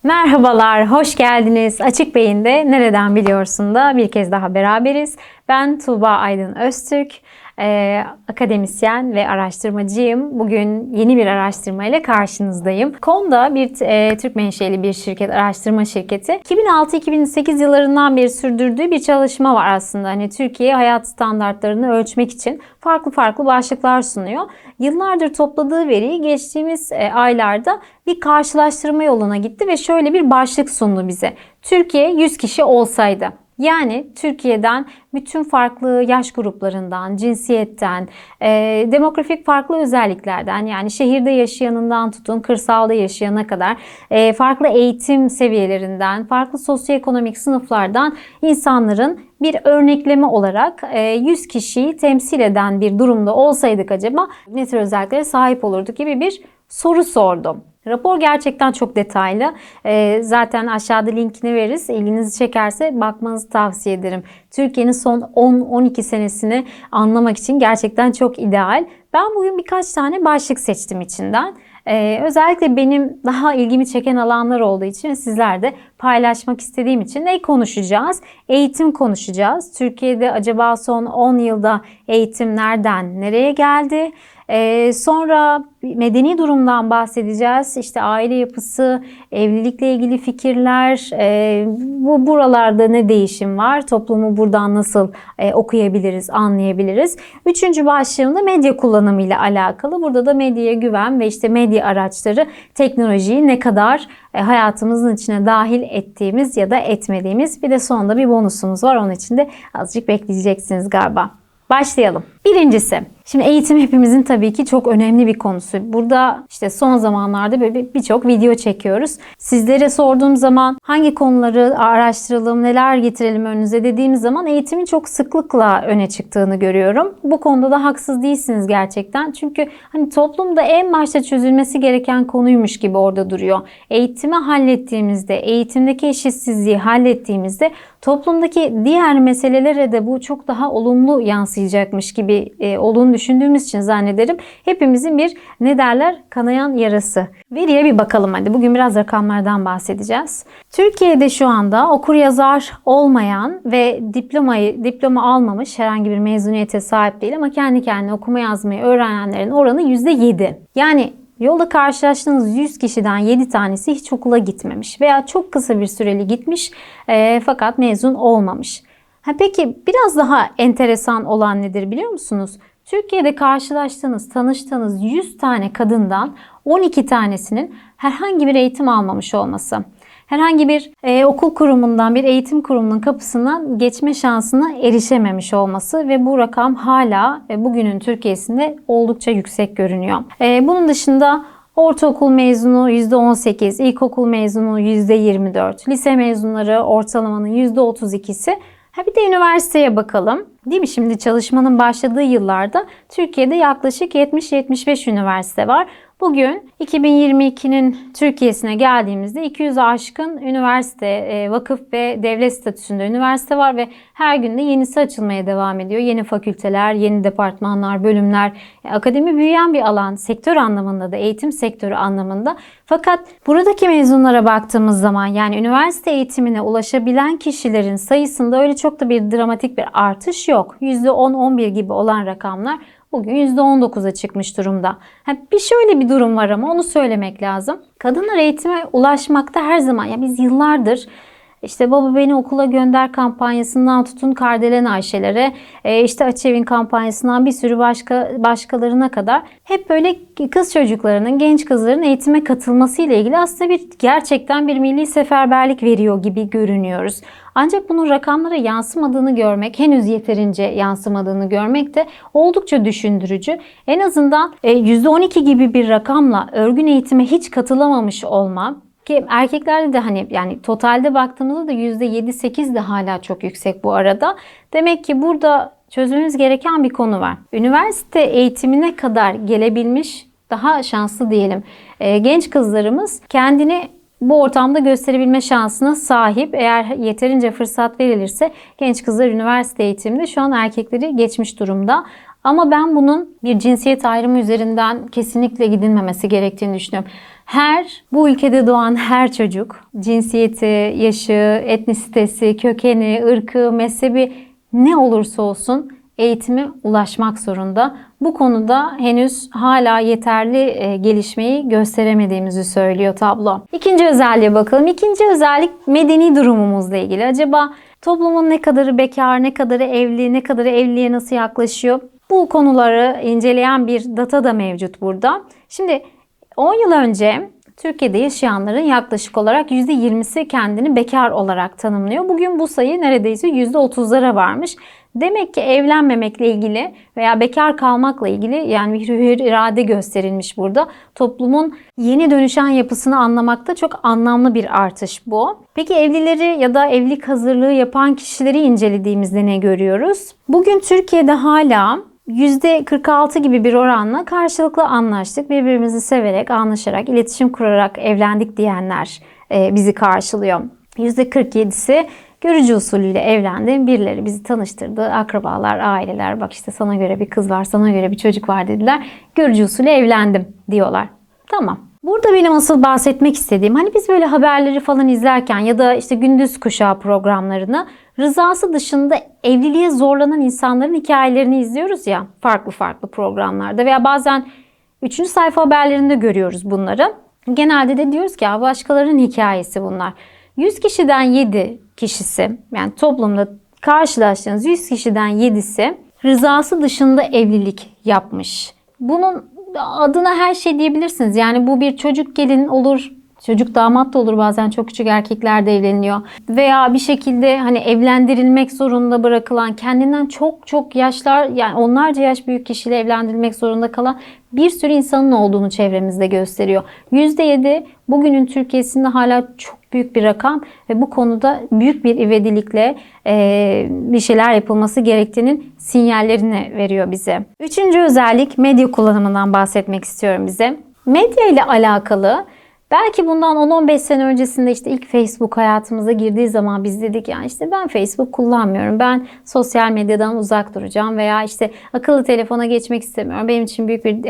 Merhabalar, hoş geldiniz. Açık Beyin'de Nereden Biliyorsun da bir kez daha beraberiz. Ben Tuğba Aydın Öztürk, akademisyen ve araştırmacıyım. Bugün yeni bir araştırma ile karşınızdayım. KONDA bir Türk menşeli bir şirket, araştırma şirketi. 2006-2008 yıllarından beri sürdürdüğü bir çalışma var aslında. Hani Türkiye hayat standartlarını ölçmek için farklı başlıklar sunuyor. Yıllardır topladığı veriyi geçtiğimiz aylarda bir karşılaştırma yoluna gitti ve şöyle bir başlık sundu bize. Türkiye 100 kişi olsaydı. Yani Türkiye'den bütün farklı yaş gruplarından, cinsiyetten, demografik farklı özelliklerden, yani şehirde yaşayanından tutun kırsalda yaşayana kadar farklı eğitim seviyelerinden, farklı sosyoekonomik sınıflardan insanların bir örnekleme olarak 100 kişiyi temsil eden bir durumda olsaydık acaba ne tür özelliklere sahip olurduk gibi bir soru sordum. Rapor gerçekten çok detaylı. Zaten aşağıda linkini veririz. İlginizi çekerse bakmanızı tavsiye ederim. Türkiye'nin son 10-12 senesini anlamak için gerçekten çok ideal. Ben bugün birkaç tane başlık seçtim içinden. Özellikle benim daha ilgimi çeken alanlar olduğu için ve sizler de paylaşmak istediğim için ne konuşacağız? Eğitim konuşacağız. Türkiye'de acaba son 10 yılda eğitim nereden nereye geldi? Sonra medeni durumdan bahsedeceğiz. İşte aile yapısı, evlilikle ilgili fikirler, buralarda ne değişim var? Toplumu buradan nasıl okuyabiliriz, anlayabiliriz? Üçüncü başlığımda medya kullanımı ile alakalı. Burada da medyaya güven ve işte medya araçları, teknolojiyi ne kadar hayatımızın içine dahil ettiğimiz ya da etmediğimiz. Bir de sonunda bir bonusumuz var. Onun için de azıcık bekleyeceksiniz galiba. Başlayalım. Birincisi, şimdi eğitim hepimizin tabii ki çok önemli bir konusu. Burada işte son zamanlarda böyle birçok video çekiyoruz. Sizlere sorduğum zaman hangi konuları araştıralım, neler getirelim önünüze dediğimiz zaman eğitimin çok sıklıkla öne çıktığını görüyorum. Bu konuda da haksız değilsiniz gerçekten. Çünkü hani toplumda en başta çözülmesi gereken konuymuş gibi orada duruyor. Eğitimi hallettiğimizde, eğitimdeki eşitsizliği hallettiğimizde toplumdaki diğer meselelere de bu çok daha olumlu yansıyacakmış gibi olduğunu düşündüğümüz için zannederim hepimizin bir kanayan yarası. Veriye bir bakalım hadi. Bugün biraz rakamlardan bahsedeceğiz. Türkiye'de şu anda okuryazar olmayan ve diploma almamış, herhangi bir mezuniyete sahip değil ama kendi kendine okuma yazmayı öğrenenlerin oranı %7. Yani yolda karşılaştığınız 100 kişiden 7 tanesi hiç okula gitmemiş veya çok kısa bir süreli gitmiş fakat mezun olmamış. Peki biraz daha enteresan olan nedir biliyor musunuz? Türkiye'de karşılaştığınız, tanıştığınız 100 tane kadından 12 tanesinin herhangi bir eğitim almamış olması. Herhangi bir okul kurumundan, bir eğitim kurumunun kapısından geçme şansına erişememiş olması ve bu rakam hala bugünün Türkiye'sinde oldukça yüksek görünüyor. Bunun dışında ortaokul mezunu %18, ilkokul mezunu %24, lise mezunları ortalamanın %32'si. Bir de üniversiteye bakalım. Değil mi? Şimdi çalışmanın başladığı yıllarda Türkiye'de yaklaşık 70-75 üniversite var. Bugün 2022'nin Türkiye'sine geldiğimizde 200'e aşkın üniversite, vakıf ve devlet statüsünde üniversite var ve her gün de yenisi açılmaya devam ediyor. Yeni fakülteler, yeni departmanlar, bölümler. Akademi büyüyen bir alan, sektör anlamında da, eğitim sektörü anlamında. Fakat buradaki mezunlara baktığımız zaman, yani üniversite eğitimine ulaşabilen kişilerin sayısında öyle çok da bir dramatik bir artış yok. %10-11 gibi olan rakamlar bugün %19'a çıkmış durumda. Şöyle bir durum var ama onu söylemek lazım. Kadınlar eğitime ulaşmakta her zaman, ya biz yıllardır işte Baba Beni Okula Gönder kampanyasından tutun Kardelen Ayşelere, işte Açevin kampanyasından bir sürü başkalarına kadar hep böyle kız çocuklarının, genç kızların eğitime katılması ile ilgili aslında gerçekten bir milli seferberlik veriyor gibi görünüyoruz. Ancak bunun rakamlara yansımadığını görmek, henüz yeterince yansımadığını görmek de oldukça düşündürücü. En azından %12 gibi bir rakamla örgün eğitime hiç katılamamış olma, ki erkeklerde de yani totalde baktığımızda da %7-8 de hala çok yüksek bu arada. Demek ki burada çözmemiz gereken bir konu var. Üniversite eğitimine kadar gelebilmiş, daha şanslı diyelim, genç kızlarımız kendini bu ortamda gösterebilme şansına sahip. Eğer yeterince fırsat verilirse genç kızlar üniversite eğitiminde şu an erkekleri geçmiş durumda. Ama ben bunun bir cinsiyet ayrımı üzerinden kesinlikle gidilmemesi gerektiğini düşünüyorum. Bu ülkede doğan her çocuk, cinsiyeti, yaşı, etnisitesi, kökeni, ırkı, mezhebi ne olursa olsun eğitime ulaşmak zorunda. Bu konuda henüz hala yeterli gelişmeyi gösteremediğimizi söylüyor tablo. İkinci özelliğe bakalım. İkinci özellik medeni durumumuzla ilgili. Acaba toplumun ne kadarı bekar, ne kadarı evli, ne kadarı evliliğe nasıl yaklaşıyor? Bu konuları inceleyen bir data da mevcut burada. Şimdi 10 yıl önce Türkiye'de yaşayanların yaklaşık olarak %20'si kendini bekar olarak tanımlıyor. Bugün bu sayı neredeyse %30'lara varmış. Demek ki evlenmemekle ilgili veya bekar kalmakla ilgili yani bir hür irade gösterilmiş burada. Toplumun yeni dönüşen yapısını anlamakta çok anlamlı bir artış bu. Peki evlileri ya da evlilik hazırlığı yapan kişileri incelediğimizde ne görüyoruz? Bugün Türkiye'de hala %46 gibi bir oranla karşılıklı anlaştık, birbirimizi severek, anlaşarak, iletişim kurarak evlendik diyenler bizi karşılıyor. %47'si görücü usulüyle evlendi. Birileri bizi tanıştırdı. Akrabalar, aileler, bak işte sana göre bir kız var, sana göre bir çocuk var dediler. Görücü usulü evlendim diyorlar. Tamam. Burada benim asıl bahsetmek istediğim, hani biz böyle haberleri falan izlerken ya da işte gündüz kuşağı programlarını rızası dışında evliliğe zorlanan insanların hikayelerini izliyoruz ya farklı programlarda veya bazen 3. sayfa haberlerinde görüyoruz bunları. Genelde de diyoruz ki ya başkalarının hikayesi bunlar. 100 kişiden 7 kişisi yani toplumda karşılaştığınız 100 kişiden 7'si rızası dışında evlilik yapmış. Bunun adına her şey diyebilirsiniz. Yani bu bir çocuk gelin olur, çocuk damat da olur, bazen çok küçük erkekler de evleniyor. Veya bir şekilde hani evlendirilmek zorunda bırakılan, kendinden çok yaşlar yani onlarca yaş büyük kişiyle evlendirilmek zorunda kalan bir sürü insanın olduğunu çevremizde gösteriyor. %7 bugünün Türkiye'sinde hala çok büyük bir rakam ve bu konuda büyük bir ivedilikle bir şeyler yapılması gerektiğinin sinyallerini veriyor bize. Üçüncü özellik medya kullanımından bahsetmek istiyorum bize. Medya ile alakalı belki bundan 10-15 sene öncesinde işte ilk Facebook hayatımıza girdiği zaman biz dedik yani işte ben Facebook kullanmıyorum. Ben sosyal medyadan uzak duracağım veya işte akıllı telefona geçmek istemiyorum. Benim için büyük bir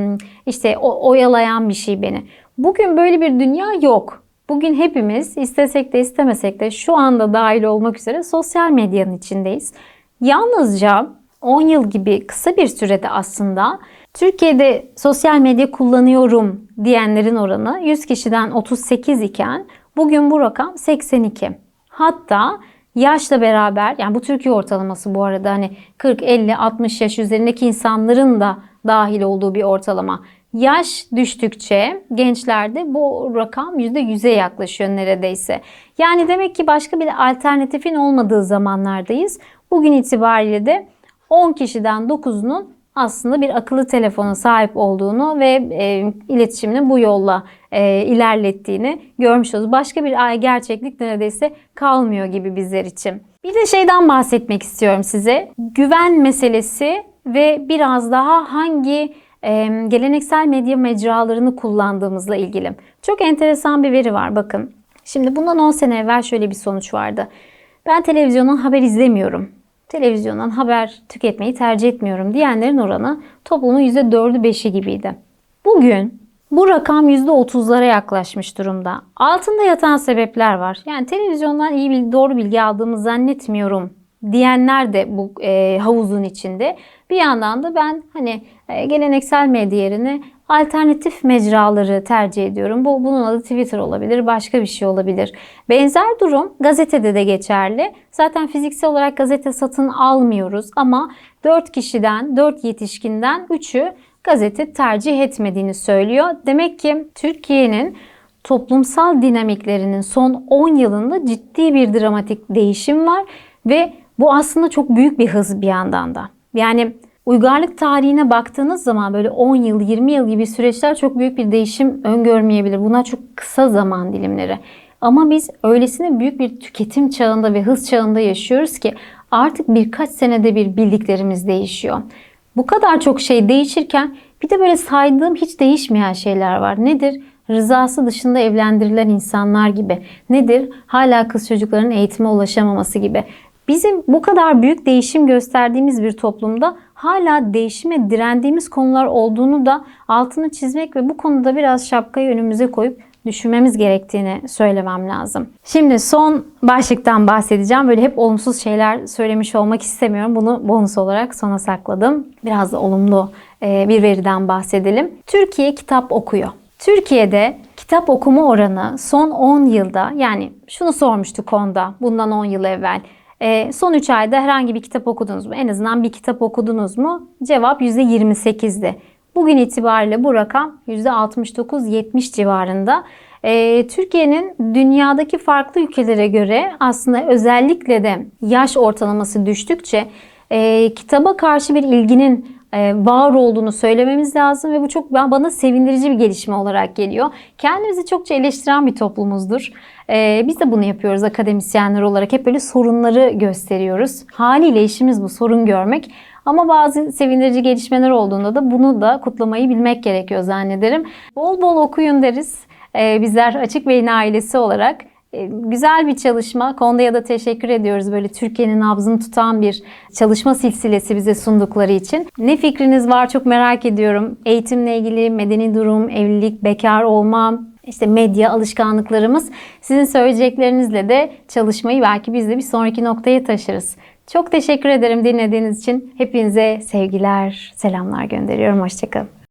işte oyalayan bir şey beni. Bugün böyle bir dünya yok. Bugün hepimiz istesek de istemesek de şu anda dahil olmak üzere sosyal medyanın içindeyiz. Yalnızca 10 yıl gibi kısa bir sürede aslında Türkiye'de sosyal medya kullanıyorum diyenlerin oranı 100 kişiden 38 iken bugün bu rakam 82. Hatta yaşla beraber yani bu Türkiye ortalaması bu arada hani 40, 50, 60 yaş üzerindeki insanların da dahil olduğu bir ortalama. Yaş düştükçe gençlerde bu rakam %100'e yaklaşıyor neredeyse. Yani demek ki başka bir alternatifin olmadığı zamanlardayız. Bugün itibariyle de 10 kişiden 9'unun aslında bir akıllı telefona sahip olduğunu ve iletişimini bu yolla ilerlettiğini görmüş oluruz. Başka bir gerçeklik neredeyse kalmıyor gibi bizler için. Bir de şeyden bahsetmek istiyorum size. Güven meselesi ve biraz daha hangi geleneksel medya mecralarını kullandığımızla ilgili. Çok enteresan bir veri var bakın. Şimdi bundan 10 sene evvel şöyle bir sonuç vardı. Ben televizyondan haber izlemiyorum. Televizyondan haber tüketmeyi tercih etmiyorum diyenlerin oranı toplumun %4'ü 5'i gibiydi. Bugün bu rakam %30'lara yaklaşmış durumda. Altında yatan sebepler var. Yani televizyondan doğru bilgi aldığımı zannetmiyorum diyenler de bu havuzun içinde. Bir yandan da ben hani geleneksel medya yerine alternatif mecraları tercih ediyorum. Bunun adı Twitter olabilir, başka bir şey olabilir. Benzer durum gazetede de geçerli. Zaten fiziksel olarak gazete satın almıyoruz ama 4 kişiden, 4 yetişkinden 3'ü gazete tercih etmediğini söylüyor. Demek ki Türkiye'nin toplumsal dinamiklerinin son 10 yılında ciddi bir dramatik değişim var ve bu aslında çok büyük bir hız bir yandan da. Yani uygarlık tarihine baktığınız zaman böyle 10 yıl, 20 yıl gibi süreçler çok büyük bir değişim öngörmeyebilir. Bunlar çok kısa zaman dilimleri. Ama biz öylesine büyük bir tüketim çağında ve hız çağında yaşıyoruz ki artık birkaç senede bir bildiklerimiz değişiyor. Bu kadar çok şey değişirken bir de böyle saydığım hiç değişmeyen şeyler var. Nedir? Rızası dışında evlendirilen insanlar gibi. Nedir? Hala kız çocuklarının eğitime ulaşamaması gibi. Bizim bu kadar büyük değişim gösterdiğimiz bir toplumda hala değişime direndiğimiz konular olduğunu da altını çizmek ve bu konuda biraz şapkayı önümüze koyup düşünmemiz gerektiğini söylemem lazım. Şimdi son başlıktan bahsedeceğim. Böyle hep olumsuz şeyler söylemiş olmak istemiyorum. Bunu bonus olarak sona sakladım. Biraz da olumlu bir veriden bahsedelim. Türkiye kitap okuyor. Türkiye'de kitap okuma oranı son 10 yılda, yani şunu sormuştuk konuda bundan 10 yıl evvel. Son 3 ayda herhangi bir kitap okudunuz mu? En azından bir kitap okudunuz mu? Cevap %28'di. Bugün itibariyle bu rakam %69-70 civarında. Türkiye'nin dünyadaki farklı ülkelere göre aslında özellikle de yaş ortalaması düştükçe kitaba karşı bir ilginin var olduğunu söylememiz lazım ve bu çok bana sevindirici bir gelişme olarak geliyor. Kendimizi çokça eleştiren bir toplumuzdur. Biz de bunu yapıyoruz akademisyenler olarak. Hep böyle sorunları gösteriyoruz. Haliyle işimiz bu, sorun görmek. Ama bazı sevindirici gelişmeler olduğunda da bunu da kutlamayı bilmek gerekiyor zannederim. Bol bol okuyun deriz. Bizler Açık Beyin ailesi olarak. Güzel bir çalışma. Konda'ya da teşekkür ediyoruz. Böyle Türkiye'nin nabzını tutan bir çalışma silsilesi bize sundukları için. Ne fikriniz var çok merak ediyorum. Eğitimle ilgili, medeni durum, evlilik, bekar olma, işte medya alışkanlıklarımız. Sizin söyleyeceklerinizle de çalışmayı belki biz de bir sonraki noktaya taşırız. Çok teşekkür ederim dinlediğiniz için. Hepinize sevgiler, selamlar gönderiyorum. Hoşçakalın.